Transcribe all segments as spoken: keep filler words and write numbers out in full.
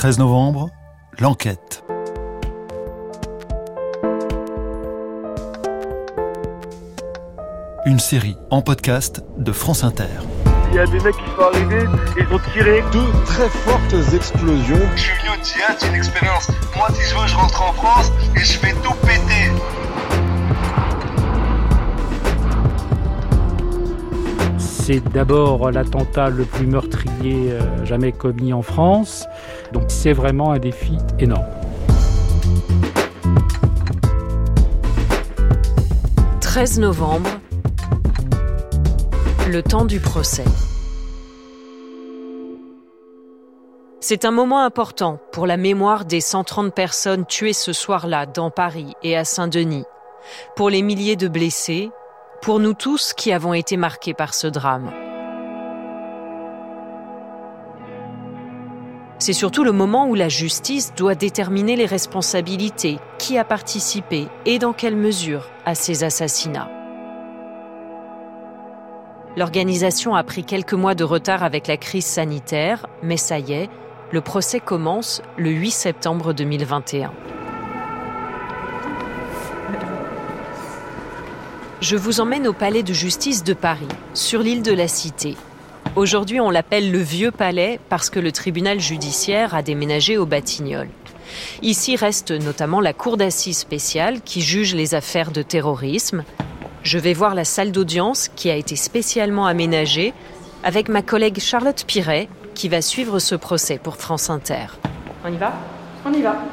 treize novembre, l'enquête. Une série en podcast de France Inter. Il y a des mecs qui sont arrivés et ils ont tiré. Deux très fortes explosions. Je suis venu au théâtre, c'est une expérience. Moi, si je veux, je rentre en France et je fais tout péter. C'est d'abord l'attentat le plus meurtrier euh, jamais commis en France. Donc c'est vraiment un défi énorme. treize novembre, le temps du procès. C'est un moment important pour la mémoire des cent trente personnes tuées ce soir-là dans Paris et à Saint-Denis, pour les milliers de blessés, pour nous tous qui avons été marqués par ce drame. C'est surtout le moment où la justice doit déterminer les responsabilités, qui a participé et dans quelle mesure à ces assassinats. L'organisation a pris quelques mois de retard avec la crise sanitaire, mais ça y est, le procès commence le huit septembre deux mille vingt et un. Je vous emmène au palais de justice de Paris, sur l'île de la Cité. Aujourd'hui, on l'appelle le Vieux Palais parce que le tribunal judiciaire a déménagé aux Batignolles. Ici reste notamment la cour d'assises spéciale qui juge les affaires de terrorisme. Je vais voir la salle d'audience qui a été spécialement aménagée avec ma collègue Charlotte Piret qui va suivre ce procès pour France Inter. On y va ? On y va.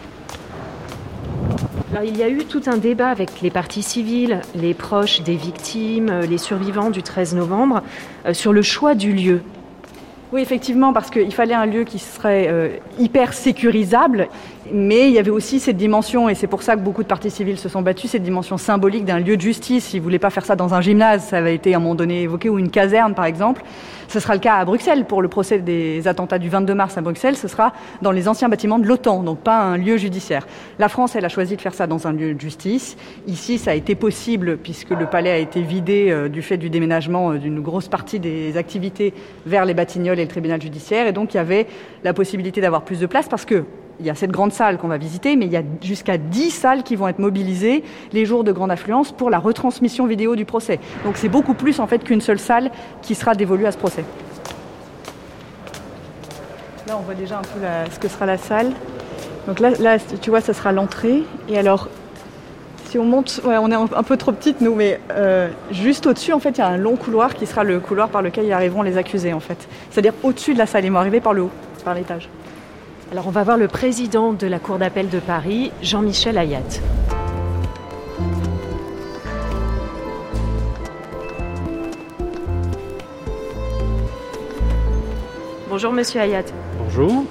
Alors, il y a eu tout un débat avec les parties civiles, les proches des victimes, les survivants du treize novembre, euh, sur le choix du lieu. Oui, effectivement, parce qu'il fallait un lieu qui serait euh, hyper sécurisable, mais il y avait aussi cette dimension, et c'est pour ça que beaucoup de parties civiles se sont battues, cette dimension symbolique d'un lieu de justice. Ils ne voulaient pas faire ça dans un gymnase, ça avait été à un moment donné évoqué, ou une caserne par exemple. Ce sera le cas à Bruxelles, pour le procès des attentats du vingt-deux mars à Bruxelles, ce sera dans les anciens bâtiments de l'OTAN, donc pas un lieu judiciaire. La France, elle a choisi de faire ça dans un lieu de justice. Ici, ça a été possible, puisque le palais a été vidé euh, du fait du déménagement euh, d'une grosse partie des activités vers les Batignolles et le tribunal judiciaire, et donc il y avait la possibilité d'avoir plus de place, parce que il y a cette grande salle qu'on va visiter, mais il y a jusqu'à dix salles qui vont être mobilisées les jours de grande affluence pour la retransmission vidéo du procès. Donc c'est beaucoup plus en fait qu'une seule salle qui sera dévolue à ce procès. Là, on voit déjà un peu la, ce que sera la salle. Donc là, là, tu vois, ça sera l'entrée. Et alors, si on monte, ouais, on est un peu trop petites nous, mais euh, juste au-dessus, en fait, il y a un long couloir qui sera le couloir par lequel y arriveront les accusés, en fait. C'est-à-dire au-dessus de la salle, ils vont arriver par le haut, par l'étage. Alors on va voir le président de la Cour d'appel de Paris, Jean-Michel Ayat. Bonjour Monsieur Ayat. Bonjour.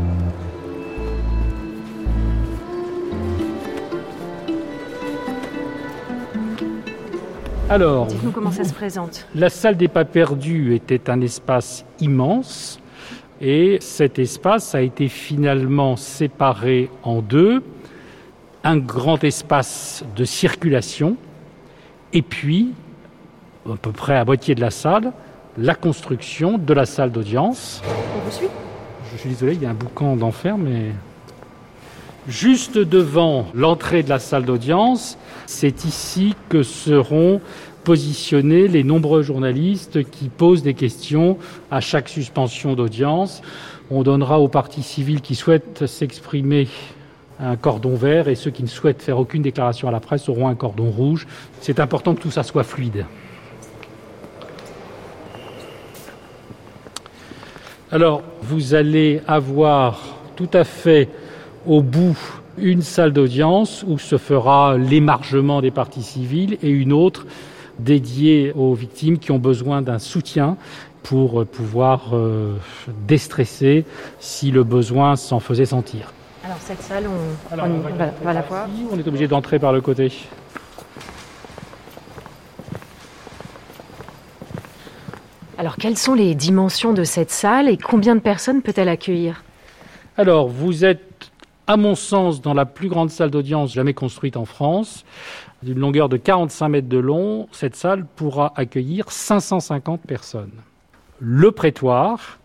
Alors, dites-nous comment ça se présente. La salle des pas perdus était un espace immense. Et cet espace a été finalement séparé en deux, un grand espace de circulation, et puis, à peu près à moitié de la salle, la construction de la salle d'audience. On vous suit ? Je suis désolé, il y a un boucan d'enfer, mais... Juste devant l'entrée de la salle d'audience, c'est ici que seront positionner les nombreux journalistes qui posent des questions à chaque suspension d'audience. On donnera aux parties civiles qui souhaitent s'exprimer un cordon vert et ceux qui ne souhaitent faire aucune déclaration à la presse auront un cordon rouge. C'est important que tout ça soit fluide. Alors, vous allez avoir tout à fait au bout une salle d'audience où se fera l'émargement des parties civiles et une autre dédiée aux victimes qui ont besoin d'un soutien pour pouvoir euh, déstresser si le besoin s'en faisait sentir. Alors cette salle, on, Alors, on, on, va, va, va la voir. On est obligé d'entrer par le côté. Alors quelles sont les dimensions de cette salle et combien de personnes peut-elle accueillir ? Alors vous êtes, à mon sens, dans la plus grande salle d'audience jamais construite en France. D'une longueur de quarante-cinq mètres de long, cette salle pourra accueillir cinq cent cinquante personnes. Le prétoire,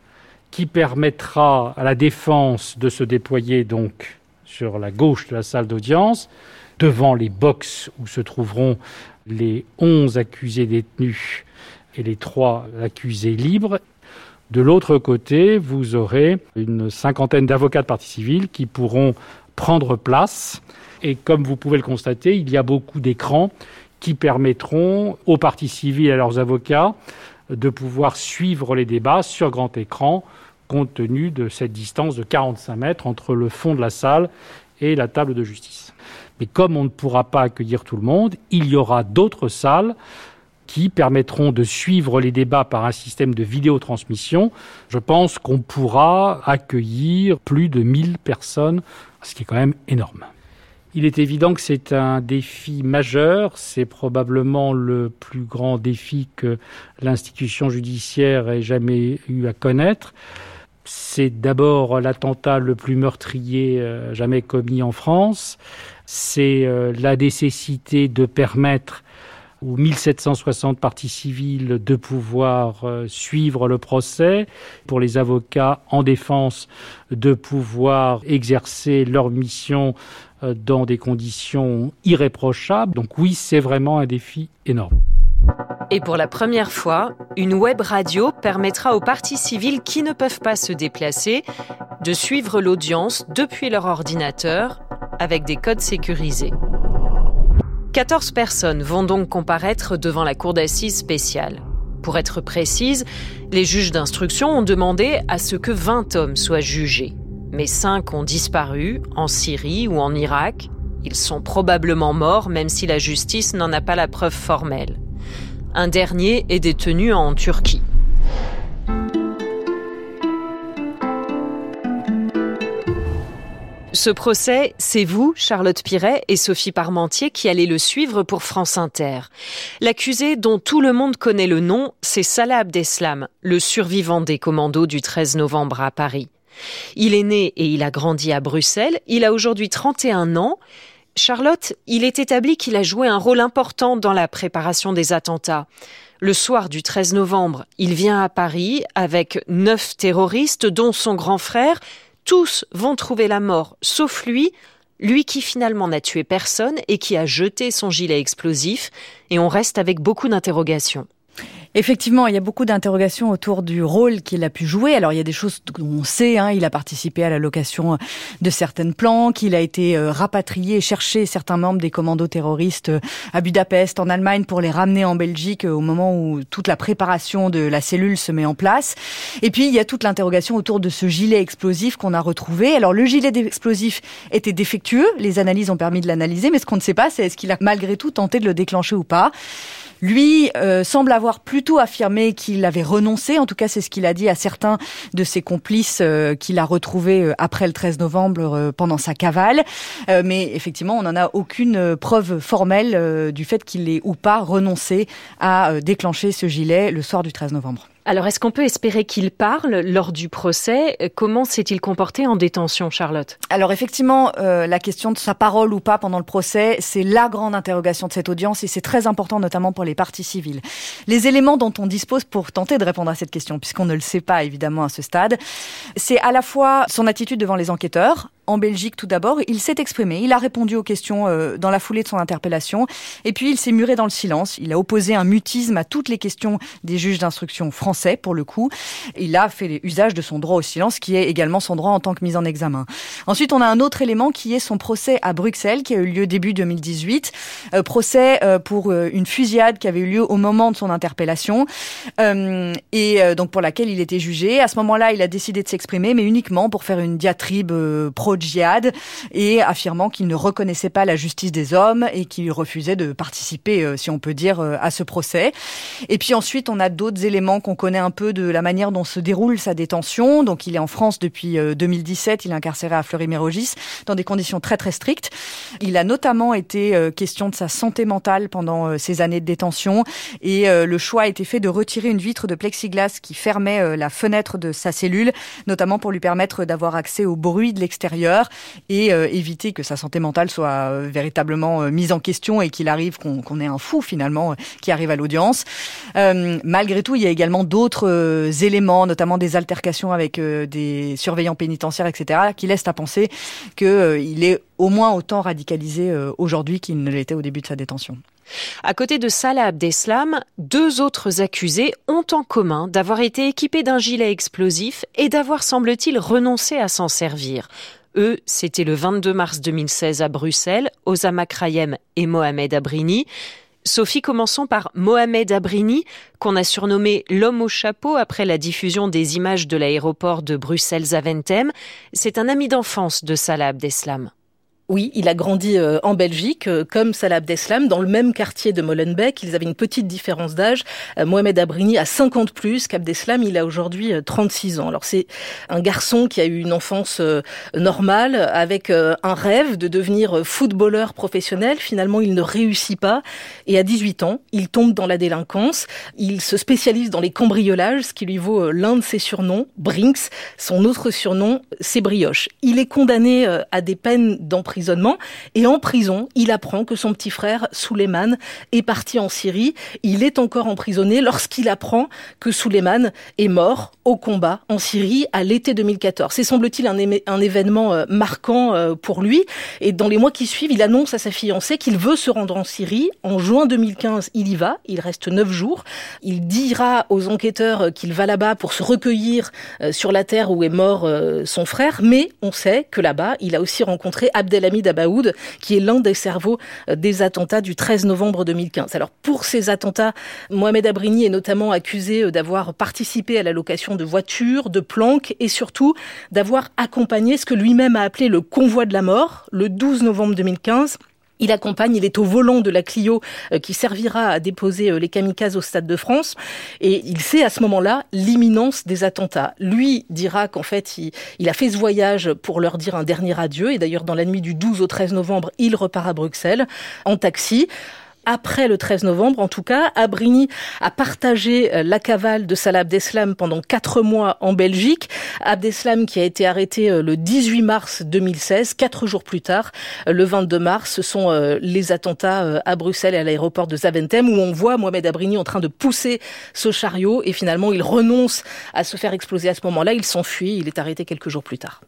qui permettra à la défense de se déployer donc sur la gauche de la salle d'audience, devant les boxes où se trouveront les onze accusés détenus et les trois accusés libres. De l'autre côté, vous aurez une cinquantaine d'avocats de partie civile qui pourront prendre place. Et comme vous pouvez le constater, il y a beaucoup d'écrans qui permettront aux parties civiles et à leurs avocats de pouvoir suivre les débats sur grand écran, compte tenu de cette distance de quarante-cinq mètres entre le fond de la salle et la table de justice. Mais comme on ne pourra pas accueillir tout le monde, il y aura d'autres salles qui permettront de suivre les débats par un système de vidéotransmission. Je pense qu'on pourra accueillir plus de mille personnes, ce qui est quand même énorme. Il est évident que c'est un défi majeur, c'est probablement le plus grand défi que l'institution judiciaire ait jamais eu à connaître. C'est d'abord l'attentat le plus meurtrier jamais commis en France. C'est la nécessité de permettre aux mille sept cent soixante parties civiles de pouvoir suivre le procès, pour les avocats en défense de pouvoir exercer leur mission dans des conditions irréprochables. Donc oui, c'est vraiment un défi énorme. Et pour la première fois, une web radio permettra aux parties civiles qui ne peuvent pas se déplacer de suivre l'audience depuis leur ordinateur avec des codes sécurisés. quatorze personnes vont donc comparaître devant la cour d'assises spéciale. Pour être précise, les juges d'instruction ont demandé à ce que vingt hommes soient jugés. Mais cinq ont disparu, en Syrie ou en Irak. Ils sont probablement morts, même si la justice n'en a pas la preuve formelle. Un dernier est détenu en Turquie. Ce procès, c'est vous, Charlotte Piret et Sophie Parmentier, qui allez le suivre pour France Inter. L'accusé dont tout le monde connaît le nom, c'est Salah Abdeslam, le survivant des commandos du treize novembre à Paris. Il est né et il a grandi à Bruxelles. Il a aujourd'hui trente et un ans. Charlotte, il est établi qu'il a joué un rôle important dans la préparation des attentats. Le soir du treize novembre, il vient à Paris avec neuf terroristes, dont son grand frère. Tous vont trouver la mort, sauf lui, lui qui finalement n'a tué personne et qui a jeté son gilet explosif. Et on reste avec beaucoup d'interrogations. Effectivement, il y a beaucoup d'interrogations autour du rôle qu'il a pu jouer. Alors, il y a des choses qu'on sait, hein, il a participé à la location de certaines planques, il a été euh, rapatrié, chercher certains membres des commandos terroristes euh, à Budapest, en Allemagne, pour les ramener en Belgique euh, au moment où toute la préparation de la cellule se met en place. Et puis, il y a toute l'interrogation autour de ce gilet explosif qu'on a retrouvé. Alors, le gilet explosif était défectueux, les analyses ont permis de l'analyser, mais ce qu'on ne sait pas, c'est est-ce qu'il a malgré tout tenté de le déclencher ou pas. Lui euh, semble avoir plutôt affirmé qu'il avait renoncé. En tout cas, c'est ce qu'il a dit à certains de ses complices euh, qu'il a retrouvés euh, après le treize novembre euh, pendant sa cavale. Euh, mais effectivement, on n'en a aucune preuve formelle euh, du fait qu'il ait ou pas renoncé à euh, déclencher ce gilet le soir du treize novembre. Alors, est-ce qu'on peut espérer qu'il parle lors du procès ? Comment s'est-il comporté en détention, Charlotte ? Alors, effectivement, euh, la question de sa parole ou pas pendant le procès, c'est la grande interrogation de cette audience et c'est très important, notamment pour les parties civiles. Les éléments dont on dispose pour tenter de répondre à cette question, puisqu'on ne le sait pas, évidemment, à ce stade, c'est à la fois son attitude devant les enquêteurs. En Belgique, tout d'abord, il s'est exprimé, il a répondu aux questions euh, dans la foulée de son interpellation, et puis il s'est muré dans le silence. Il a opposé un mutisme à toutes les questions des juges d'instruction français, pour le coup. Il a fait usage de son droit au silence, qui est également son droit en tant que mise en examen. Ensuite, on a un autre élément qui est son procès à Bruxelles, qui a eu lieu début deux mille dix-huit. Euh, procès euh, pour euh, une fusillade qui avait eu lieu au moment de son interpellation, euh, et euh, donc pour laquelle il était jugé. À ce moment-là, il a décidé de s'exprimer, mais uniquement pour faire une diatribe euh, pro djihad et affirmant qu'il ne reconnaissait pas la justice des hommes et qu'il refusait de participer, euh, si on peut dire, euh, à ce procès. Et puis ensuite, on a d'autres éléments qu'on connaît un peu de la manière dont se déroule sa détention. Donc, il est en France depuis euh, deux mille dix-sept, il est incarcéré à Fleury-Mérogis dans des conditions très très strictes. Il a notamment été euh, question de sa santé mentale pendant euh, ces années de détention et euh, le choix a été fait de retirer une vitre de plexiglas qui fermait euh, la fenêtre de sa cellule, notamment pour lui permettre d'avoir accès au bruit de l'extérieur. ailleurs et euh, éviter que sa santé mentale soit euh, véritablement euh, mise en question et qu'il arrive qu'on, qu'on ait un fou finalement euh, qui arrive à l'audience. Euh, malgré tout, il y a également d'autres euh, éléments, notamment des altercations avec euh, des surveillants pénitentiaires, et cetera, qui laissent à penser qu'il euh, est au moins autant radicalisé euh, aujourd'hui qu'il ne l'était au début de sa détention. À côté de Salah Abdeslam, deux autres accusés ont en commun d'avoir été équipés d'un gilet explosif et d'avoir, semble-t-il, renoncé à s'en servir. Eux, c'était le vingt-deux mars deux mille seize à Bruxelles, Osama Krayem et Mohamed Abrini. Sophie, commençons par Mohamed Abrini, qu'on a surnommé l'homme au chapeau après la diffusion des images de l'aéroport de Bruxelles-Zaventem. C'est un ami d'enfance de Salah Abdeslam. Oui, il a grandi euh, en Belgique, euh, comme Salah Abdeslam, dans le même quartier de Molenbeek. Ils avaient une petite différence d'âge. Euh, Mohamed Abrini a cinquante plus qu'Abdeslam. Il a aujourd'hui euh, trente-six ans. Alors c'est un garçon qui a eu une enfance euh, normale, avec euh, un rêve de devenir footballeur professionnel. Finalement, il ne réussit pas. Et à dix-huit ans, il tombe dans la délinquance. Il se spécialise dans les cambriolages, ce qui lui vaut euh, l'un de ses surnoms, Brinks. Son autre surnom, c'est Brioche. Il est condamné euh, à des peines d'emprisonnement. Et en prison, il apprend que son petit frère, Souleymane, est parti en Syrie. Il est encore emprisonné lorsqu'il apprend que Souleymane est mort au combat en Syrie à l'été deux mille quatorze. C'est, semble-t-il, un, é- un événement marquant pour lui. Et dans les mois qui suivent, il annonce à sa fiancée qu'il veut se rendre en Syrie. En juin deux mille quinze, il y va. Il reste neuf jours. Il dira aux enquêteurs qu'il va là-bas pour se recueillir sur la terre où est mort son frère. Mais on sait que là-bas, il a aussi rencontré Abdelhamid Abaoud, qui est l'un des cerveaux des attentats du treize novembre deux mille quinze. Alors pour ces attentats, Mohamed Abrini est notamment accusé d'avoir participé à la location de voitures, de planques et surtout d'avoir accompagné ce que lui-même a appelé le convoi de la mort, le douze novembre deux mille quinze. Il accompagne, il est au volant de la Clio euh, qui servira à déposer euh, les kamikazes au Stade de France. Et il sait à ce moment-là l'imminence des attentats. Lui dira qu'en fait, il, il a fait ce voyage pour leur dire un dernier adieu. Et d'ailleurs, dans la nuit du douze au treize novembre, il repart à Bruxelles en taxi. Après le treize novembre, en tout cas, Abrini a partagé la cavale de Salah Abdeslam pendant quatre mois en Belgique. Abdeslam qui a été arrêté le dix-huit mars deux mille seize, quatre jours plus tard, le vingt-deux mars, ce sont les attentats à Bruxelles et à l'aéroport de Zaventem où on voit Mohamed Abrini en train de pousser ce chariot et finalement il renonce à se faire exploser à ce moment-là. Il s'enfuit, il est arrêté quelques jours plus tard.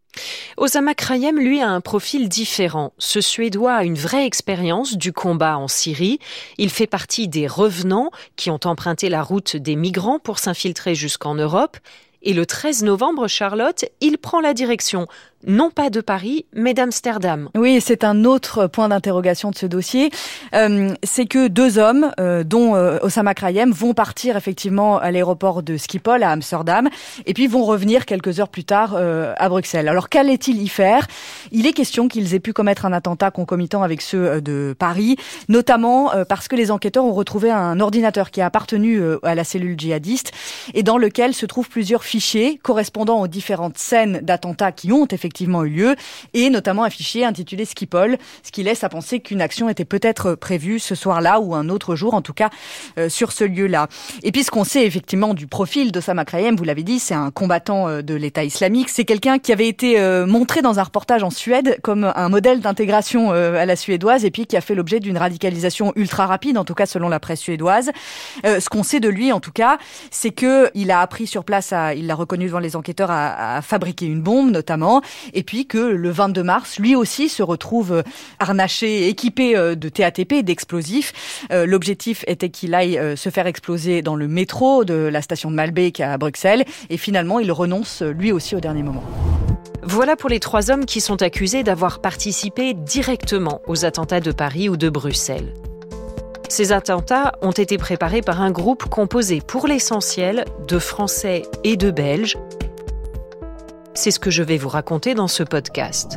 Osama Krayem, lui, a un profil différent. Ce Suédois a une vraie expérience du combat en Syrie. Il fait partie des revenants qui ont emprunté la route des migrants pour s'infiltrer jusqu'en Europe. Et le treize novembre, Charlotte, il prend la direction, non pas de Paris, mais d'Amsterdam. Oui, c'est un autre point d'interrogation de ce dossier. Euh, c'est que deux hommes, euh, dont euh, Osama Krayem, vont partir effectivement à l'aéroport de Schiphol à Amsterdam, et puis vont revenir quelques heures plus tard euh, à Bruxelles. Alors qu'allait-il y faire ? Il est question qu'ils aient pu commettre un attentat concomitant avec ceux de Paris, notamment euh, parce que les enquêteurs ont retrouvé un ordinateur qui a appartenu euh, à la cellule djihadiste, et dans lequel se trouvent plusieurs fichiers correspondant aux différentes scènes d'attentats qui ont effectivement eu lieu, et notamment un fichier intitulé Schiphol, ce qui laisse à penser qu'une action était peut-être prévue ce soir-là ou un autre jour, en tout cas euh, sur ce lieu-là. Et puis ce qu'on sait effectivement du profil d'Osama Krayem, vous l'avez dit, c'est un combattant euh, de l'État islamique, c'est quelqu'un qui avait été euh, montré dans un reportage en Suède comme un modèle d'intégration euh, à la suédoise et puis qui a fait l'objet d'une radicalisation ultra rapide, en tout cas selon la presse suédoise. Euh, ce qu'on sait de lui, en tout cas, c'est que il a appris sur place à il l'a reconnu devant les enquêteurs, à, à fabriquer une bombe notamment, et puis que le vingt-deux mars, lui aussi se retrouve harnaché, équipé de T A T P, d'explosifs. Euh, l'objectif était qu'il aille euh, se faire exploser dans le métro de la station de Malbeek à Bruxelles, et finalement il renonce lui aussi au dernier moment. Voilà pour les trois hommes qui sont accusés d'avoir participé directement aux attentats de Paris ou de Bruxelles. Ces attentats ont été préparés par un groupe composé pour l'essentiel de Français et de Belges. C'est ce que je vais vous raconter dans ce podcast.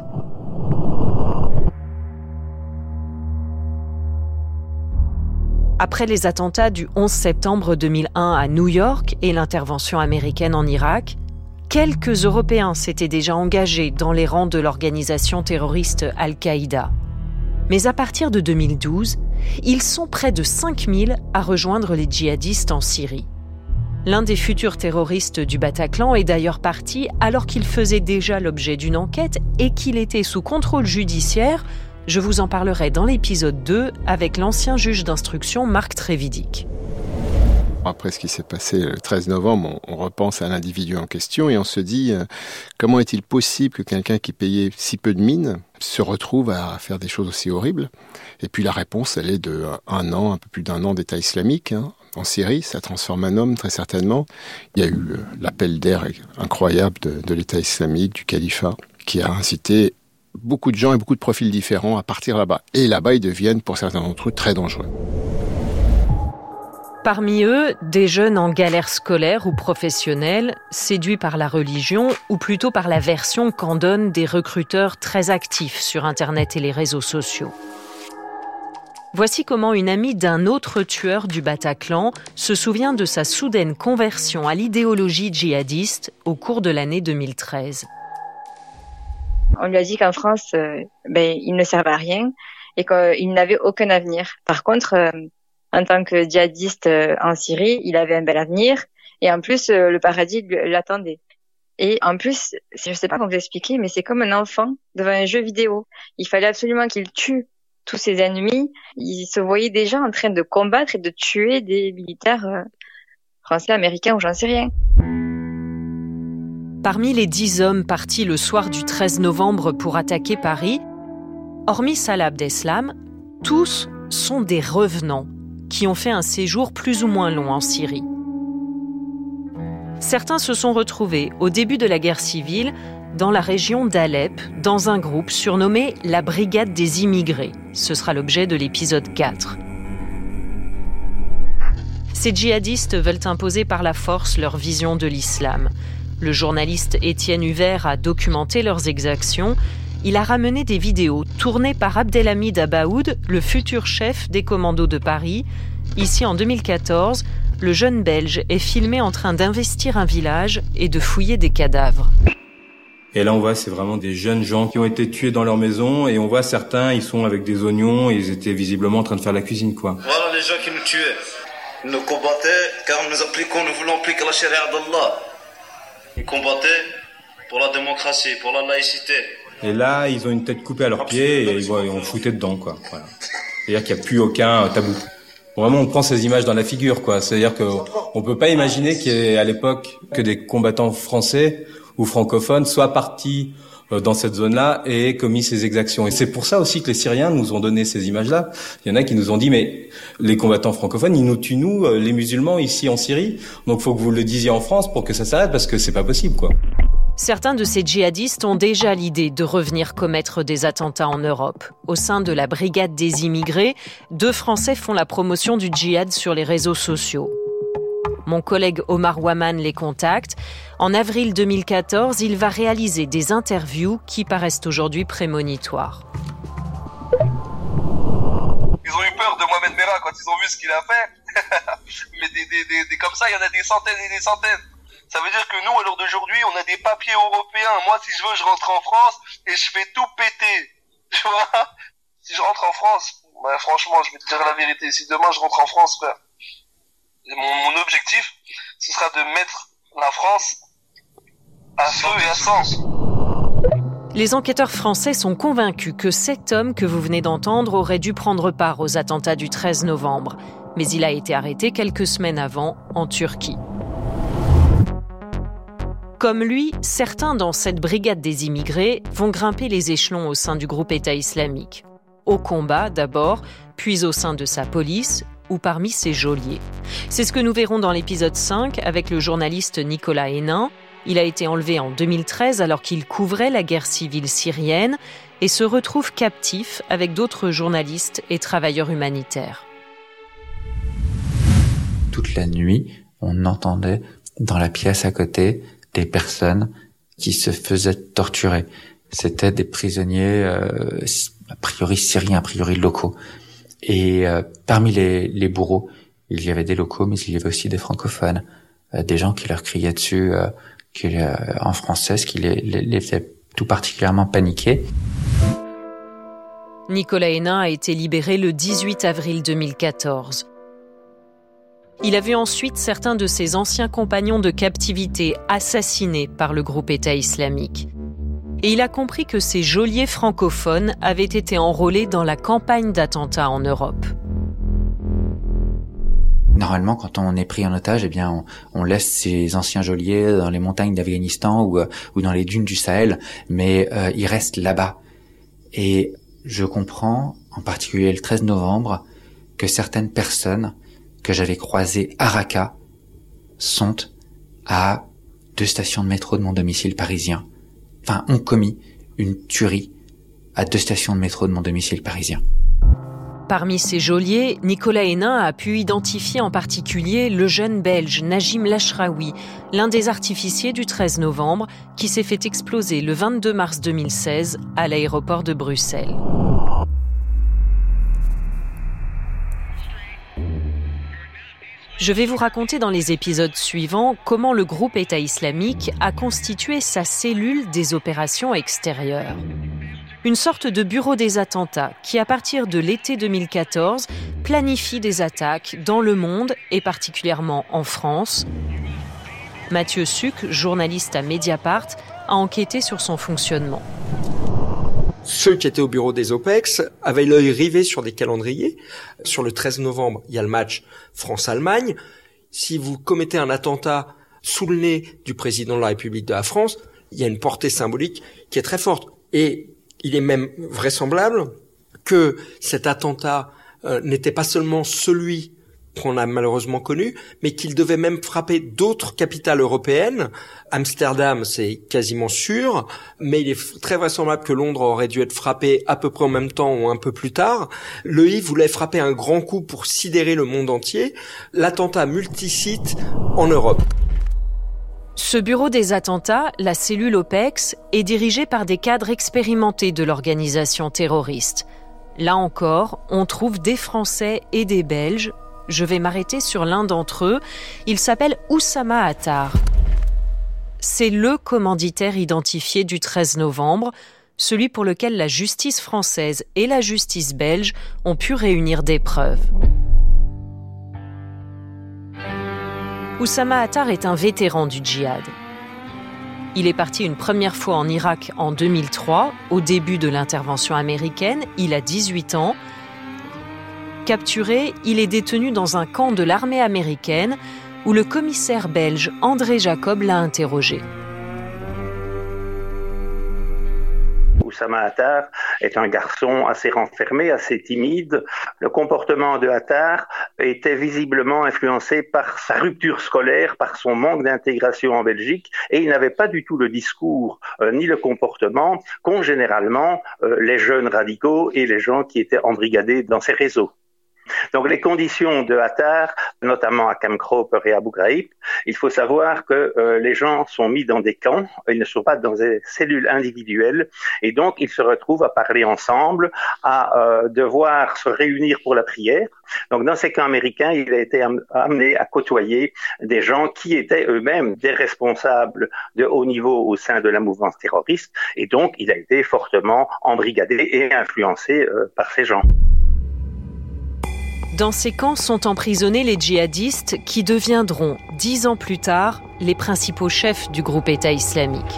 Après les attentats du onze septembre deux mille un à New York et l'intervention américaine en Irak, quelques Européens s'étaient déjà engagés dans les rangs de l'organisation terroriste Al-Qaïda. Mais à partir de deux mille douze, ils sont près de cinq mille à rejoindre les djihadistes en Syrie. L'un des futurs terroristes du Bataclan est d'ailleurs parti alors qu'il faisait déjà l'objet d'une enquête et qu'il était sous contrôle judiciaire. Je vous en parlerai dans l'épisode deux avec l'ancien juge d'instruction Marc Trévidic. Après ce qui s'est passé le treize novembre, on, on repense à l'individu en question et on se dit euh, comment est-il possible que quelqu'un qui payait si peu de mines se retrouve à faire des choses aussi horribles ? Et puis la réponse, elle est de un an, un peu plus d'un an d'État islamique, hein. En Syrie, ça transforme un homme très certainement. Il y a eu euh, l'appel d'air incroyable de, de l'État islamique, du califat, qui a incité beaucoup de gens et beaucoup de profils différents à partir là-bas. Et là-bas, ils deviennent, pour certains d'entre eux, très dangereux. Parmi eux, des jeunes en galère scolaire ou professionnelle, séduits par la religion ou plutôt par la version qu'en donnent des recruteurs très actifs sur Internet et les réseaux sociaux. Voici comment une amie d'un autre tueur du Bataclan se souvient de sa soudaine conversion à l'idéologie djihadiste au cours de l'année deux mille treize. On lui a dit qu'en France, euh, ben, il ne servait à rien et qu'il n'avait aucun avenir. Par contre, euh, en tant que djihadiste euh, en Syrie, il avait un bel avenir et en plus, euh, le paradis l'attendait. Et en plus, je ne sais pas comment vous expliquer, mais c'est comme un enfant devant un jeu vidéo. Il fallait absolument qu'il tue tous ses ennemis. Il se voyait déjà en train de combattre et de tuer des militaires euh, français, américains ou j'en sais rien. Parmi les dix hommes partis le soir du treize novembre pour attaquer Paris, hormis Salah Abdeslam, tous sont des revenants qui ont fait un séjour plus ou moins long en Syrie. Certains se sont retrouvés au début de la guerre civile dans la région d'Alep, dans un groupe surnommé la Brigade des immigrés. Ce sera l'objet de l'épisode quatre. Ces djihadistes veulent imposer par la force leur vision de l'islam. Le journaliste Étienne Huvert a documenté leurs exactions. Il a ramené des vidéos tournées par Abdelhamid Abaoud, le futur chef des commandos de Paris. Ici, en deux mille quatorze, le jeune Belge est filmé en train d'investir un village et de fouiller des cadavres. Et là, on voit, c'est vraiment des jeunes gens qui ont été tués dans leur maison. Et on voit certains, ils sont avec des oignons et ils étaient visiblement en train de faire la cuisine, quoi. Voilà les gens qui nous tuaient. Ils nous combattaient car nous appliquons, nous voulons appliquer la charia d'Allah. Ils combattaient pour la démocratie, pour la laïcité. Et là, ils ont une tête coupée à leurs pieds et ils vont foutre dedans, quoi. Voilà. C'est-à-dire qu'il n'y a plus aucun tabou. Vraiment, on prend ces images dans la figure, quoi. C'est-à-dire qu'on peut pas imaginer qu'il y ait à l'époque que des combattants français ou francophones soient partis dans cette zone-là et commis ces exactions. Et c'est pour ça aussi que les Syriens nous ont donné ces images-là. Il y en a qui nous ont dit, mais les combattants francophones, ils nous tuent, nous, les musulmans, ici en Syrie. Donc, faut que vous le disiez en France pour que ça s'arrête, parce que c'est pas possible, quoi. Certains de ces djihadistes ont déjà l'idée de revenir commettre des attentats en Europe. Au sein de la Brigade des immigrés, deux Français font la promotion du djihad sur les réseaux sociaux. Mon collègue Omar Waman les contacte. En avril deux mille quatorze, il va réaliser des interviews qui paraissent aujourd'hui prémonitoires. Ils ont eu peur de Mohamed Merah quand ils ont vu ce qu'il a fait. Mais des, des, des, des comme ça, il y en a des centaines et des centaines. Ça veut dire que nous, à l'heure d'aujourd'hui, on a des papiers européens. Moi, si je veux, je rentre en France et je fais tout péter. Tu vois ? Si je rentre en France, bah, franchement, je vais te dire la vérité. Si demain, je rentre en France, frère, mon, mon objectif, ce sera de mettre la France à feu et à sang. Les enquêteurs français sont convaincus que cet homme que vous venez d'entendre aurait dû prendre part aux attentats du treize novembre. Mais il a été arrêté quelques semaines avant, en Turquie. Comme lui, certains dans cette brigade des immigrés vont grimper les échelons au sein du groupe État islamique. Au combat d'abord, puis au sein de sa police ou parmi ses geôliers. C'est ce que nous verrons dans l'épisode cinq avec le journaliste Nicolas Hénin. Il a été enlevé en deux mille treize alors qu'il couvrait la guerre civile syrienne et se retrouve captif avec d'autres journalistes et travailleurs humanitaires. Toute la nuit, on entendait dans la pièce à côté des personnes qui se faisaient torturer. C'était des prisonniers, euh, a priori syriens, a priori locaux. Et euh, parmi les, les bourreaux, il y avait des locaux, mais il y avait aussi des francophones, euh, des gens qui leur criaient dessus euh, qui, euh, en français, ce qui les, les, les faisait tout particulièrement paniquer. Nicolas Hénin a été libéré le dix-huit avril deux mille quatorze. Il a vu ensuite certains de ses anciens compagnons de captivité assassinés par le groupe État islamique. Et il a compris que ces geôliers francophones avaient été enrôlés dans la campagne d'attentats en Europe. Normalement, quand on est pris en otage, eh bien, on, on laisse ces anciens geôliers dans les montagnes d'Afghanistan ou, ou dans les dunes du Sahel, mais euh, ils restent là-bas. Et je comprends, en particulier le treize novembre, que certaines personnes que j'avais croisées à Raqqa sont à deux stations de métro de mon domicile parisien. Enfin, ont commis une tuerie à deux stations de métro de mon domicile parisien. Parmi ces geôliers, Nicolas Hénin a pu identifier en particulier le jeune Belge Najim Lachraoui, l'un des artificiers du treize novembre, qui s'est fait exploser le vingt-deux mars deux mille seize à l'aéroport de Bruxelles. Je vais vous raconter dans les épisodes suivants comment le groupe État islamique a constitué sa cellule des opérations extérieures. Une sorte de bureau des attentats qui, à partir de l'été deux mille quatorze, planifie des attaques dans le monde et particulièrement en France. Mathieu Suc, journaliste à Mediapart, a enquêté sur son fonctionnement. Ceux qui étaient au bureau des OPEX avaient l'œil rivé sur des calendriers. Sur le treize novembre, il y a le match France-Allemagne. Si vous commettez un attentat sous le nez du président de la République de la France, il y a une portée symbolique qui est très forte. Et il est même vraisemblable que cet attentat euh, n'était pas seulement celui qu'on a malheureusement connu, mais qu'il devait même frapper d'autres capitales européennes. Amsterdam, c'est quasiment sûr, mais il est très vraisemblable que Londres aurait dû être frappé à peu près en même temps ou un peu plus tard. Le I voulait frapper un grand coup pour sidérer le monde entier. L'attentat multisite en Europe. Ce bureau des attentats, la cellule OPEX, est dirigé par des cadres expérimentés de l'organisation terroriste. Là encore, on trouve des Français et des Belges. Je vais m'arrêter sur l'un d'entre eux. Il s'appelle Oussama Attar. C'est le commanditaire identifié du treize novembre, celui pour lequel la justice française et la justice belge ont pu réunir des preuves. Oussama Attar est un vétéran du djihad. Il est parti une première fois en Irak en deux mille trois, au début de l'intervention américaine. Il a dix-huit ans. Capturé, il est détenu dans un camp de l'armée américaine où le commissaire belge André Jacob l'a interrogé. Oussama Attar est un garçon assez renfermé, assez timide. Le comportement de Attar était visiblement influencé par sa rupture scolaire, par son manque d'intégration en Belgique, et il n'avait pas du tout le discours euh, ni le comportement qu'ont généralement euh, les jeunes radicaux et les gens qui étaient embrigadés dans ces réseaux. Donc les conditions de Attar, notamment à Camp Cropper et à Abu Ghraib, il faut savoir que euh, les gens sont mis dans des camps, ils ne sont pas dans des cellules individuelles, et donc ils se retrouvent à parler ensemble, à euh, devoir se réunir pour la prière. Donc dans ces camps américains, il a été amené à côtoyer des gens qui étaient eux-mêmes des responsables de haut niveau au sein de la mouvance terroriste, et donc il a été fortement embrigadé et influencé euh, par ces gens. Dans ces camps sont emprisonnés les djihadistes qui deviendront, dix ans plus tard, les principaux chefs du groupe État islamique.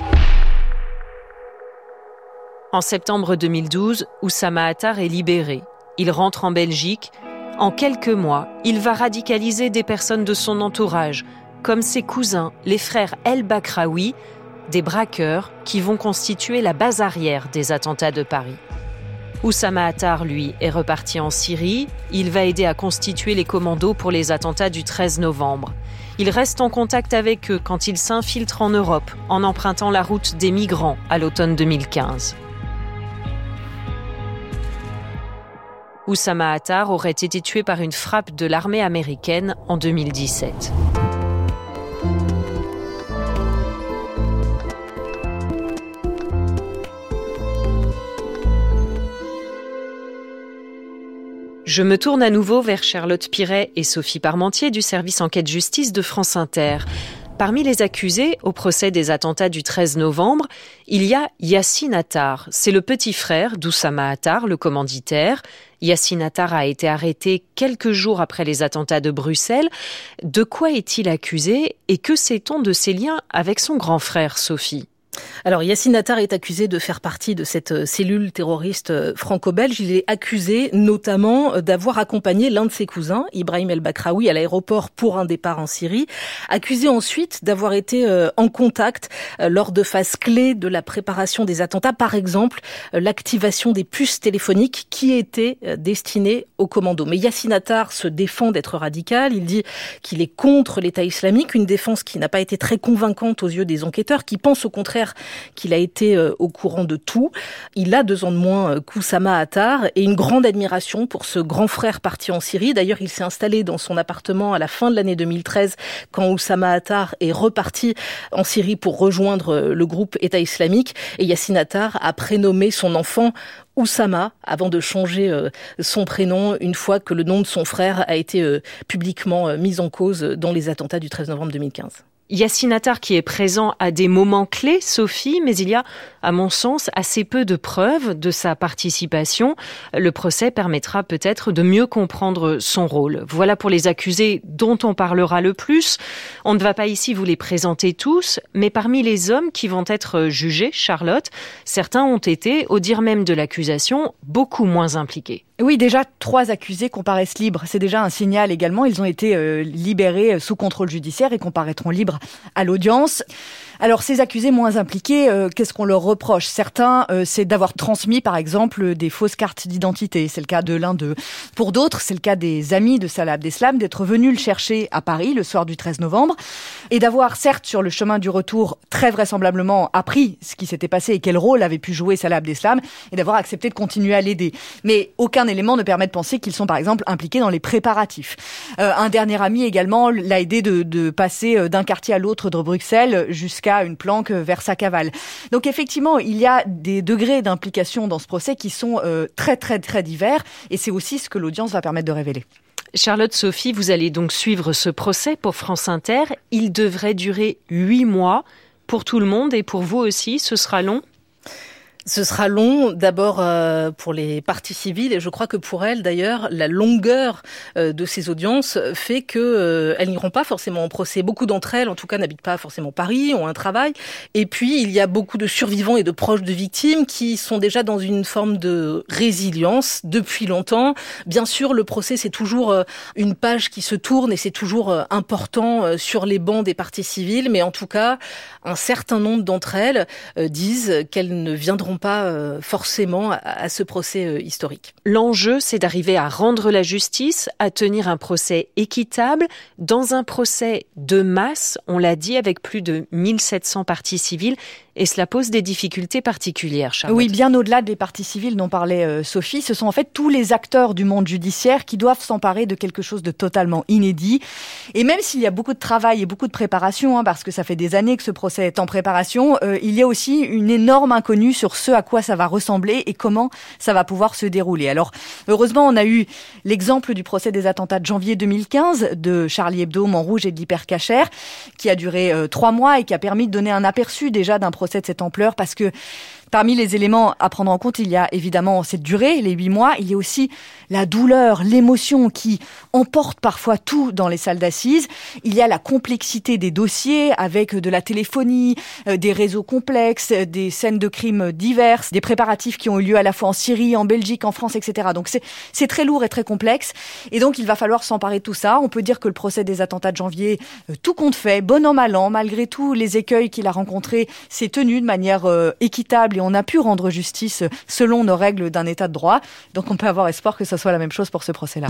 En septembre deux mille douze, Oussama Attar est libéré. Il rentre en Belgique. En quelques mois, il va radicaliser des personnes de son entourage, comme ses cousins, les frères El Bakraoui, des braqueurs qui vont constituer la base arrière des attentats de Paris. Oussama Attar, lui, est reparti en Syrie. Il va aider à constituer les commandos pour les attentats du treize novembre. Il reste en contact avec eux quand il s'infiltre en Europe, en empruntant la route des migrants à l'automne deux mille quinze. Oussama Attar aurait été tué par une frappe de l'armée américaine en deux mille dix-sept. Je me tourne à nouveau vers Charlotte Piret et Sophie Parmentier du service Enquête Justice de France Inter. Parmi les accusés au procès des attentats du treize novembre, il y a Yassine Attar. C'est le petit frère d'Oussama Attar, le commanditaire. Yassine Attar a été arrêté quelques jours après les attentats de Bruxelles. De quoi est-il accusé et que sait-on de ses liens avec son grand frère, Sophie ? Alors Yassine Attar est accusé de faire partie de cette cellule terroriste franco-belge. Il est accusé notamment d'avoir accompagné l'un de ses cousins, Ibrahim El-Bakraoui, à l'aéroport pour un départ en Syrie. Accusé ensuite d'avoir été en contact lors de phases clés de la préparation des attentats. Par exemple, l'activation des puces téléphoniques qui étaient destinées aux commandos. Mais Yassine Attar se défend d'être radical. Il dit qu'il est contre l'État islamique, une défense qui n'a pas été très convaincante aux yeux des enquêteurs, qui pensent au contraire qu'il a été euh, au courant de tout. Il a deux ans de moins euh, qu'Oussama Attar et une grande admiration pour ce grand frère parti en Syrie. D'ailleurs, il s'est installé dans son appartement à la fin de l'année deux mille treize quand Oussama Attar est reparti en Syrie pour rejoindre euh, le groupe État islamique. Et Yassine Attar a prénommé son enfant Oussama avant de changer euh, son prénom une fois que le nom de son frère a été euh, publiquement euh, mis en cause dans les attentats du treize novembre deux mille quinze. Yassine Attar qui est présent à des moments clés, Sophie, mais il y a, à mon sens, assez peu de preuves de sa participation. Le procès permettra peut-être de mieux comprendre son rôle. Voilà pour les accusés dont on parlera le plus. On ne va pas ici vous les présenter tous, mais parmi les hommes qui vont être jugés, Charlotte, certains ont été, au dire même de l'accusation, beaucoup moins impliqués. Oui, déjà, trois accusés comparaissent libres. C'est déjà un signal également. Ils ont été euh, libérés sous contrôle judiciaire et comparaîtront libres à l'audience. Alors, ces accusés moins impliqués, euh, qu'est-ce qu'on leur reproche ? Certains, euh, c'est d'avoir transmis, par exemple, des fausses cartes d'identité. C'est le cas de l'un d'eux. Pour d'autres, c'est le cas des amis de Salah Abdeslam, d'être venus le chercher à Paris le soir du treize novembre et d'avoir, certes, sur le chemin du retour, très vraisemblablement appris ce qui s'était passé et quel rôle avait pu jouer Salah Abdeslam et d'avoir accepté de continuer à l'aider. Mais aucun élément ne permet de penser qu'ils sont, par exemple, impliqués dans les préparatifs. Euh, un dernier ami également l'a aidé de, de passer d'un quartier à l'autre de Bruxelles jusqu'à à une planque vers sa cavale. Donc effectivement, il y a des degrés d'implication dans ce procès qui sont euh, très très très divers et c'est aussi ce que l'audience va permettre de révéler. Charlotte, Sophie, vous allez donc suivre ce procès pour France Inter. Il devrait durer huit mois pour tout le monde et pour vous aussi, ce sera long ? Ce sera long, d'abord euh, pour les parties civiles, et je crois que pour elles, d'ailleurs, la longueur euh, de ces audiences fait que euh, elles n'iront pas forcément en procès. Beaucoup d'entre elles, en tout cas, n'habitent pas forcément Paris, ont un travail. Et puis, il y a beaucoup de survivants et de proches de victimes qui sont déjà dans une forme de résilience depuis longtemps. Bien sûr, le procès, c'est toujours euh, une page qui se tourne et c'est toujours euh, important euh, sur les bancs des parties civiles. Mais en tout cas, un certain nombre d'entre elles euh, disent qu'elles ne viendront pas euh, forcément à, à ce procès euh, historique. L'enjeu, c'est d'arriver à rendre la justice, à tenir un procès équitable, dans un procès de masse, on l'a dit, avec plus de mille sept cents parties civiles, et cela pose des difficultés particulières, Charlotte. Oui, bien au-delà des parties civiles dont parlait euh, Sophie, ce sont en fait tous les acteurs du monde judiciaire qui doivent s'emparer de quelque chose de totalement inédit. Et même s'il y a beaucoup de travail et beaucoup de préparation, hein, parce que ça fait des années que ce procès est en préparation, euh, il y a aussi une énorme inconnue sur ce à quoi ça va ressembler et comment ça va pouvoir se dérouler. Alors, heureusement, on a eu l'exemple du procès des attentats de janvier deux mille quinze de Charlie Hebdo, Montrouge et de l'Hypercacher, qui a duré euh, trois mois et qui a permis de donner un aperçu déjà d'un procès de cette ampleur, parce que parmi les éléments à prendre en compte, il y a évidemment cette durée, les huit mois. Il y a aussi la douleur, l'émotion qui emporte parfois tout dans les salles d'assises. Il y a la complexité des dossiers avec de la téléphonie, euh, des réseaux complexes, des scènes de crimes diverses, des préparatifs qui ont eu lieu à la fois en Syrie, en Belgique, en France, et cetera. Donc c'est, c'est très lourd et très complexe. Et donc il va falloir s'emparer de tout ça. On peut dire que le procès des attentats de janvier, euh, tout compte fait, bon an mal an, malgré tous les écueils qu'il a rencontrés, s'est tenu de manière euh, équitable et on a pu rendre justice selon nos règles d'un état de droit. Donc on peut avoir espoir que ce soit la même chose pour ce procès-là.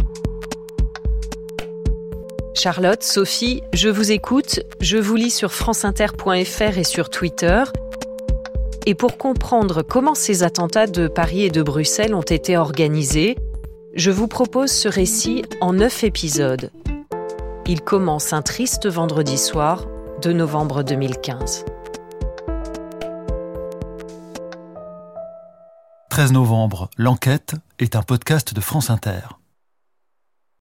Charlotte, Sophie, je vous écoute, je vous lis sur franceinter point f r et sur Twitter. Et pour comprendre comment ces attentats de Paris et de Bruxelles ont été organisés, je vous propose ce récit en neuf épisodes. Il commence un triste vendredi soir de novembre deux mille quinze. treize novembre, l'enquête est un podcast de France Inter.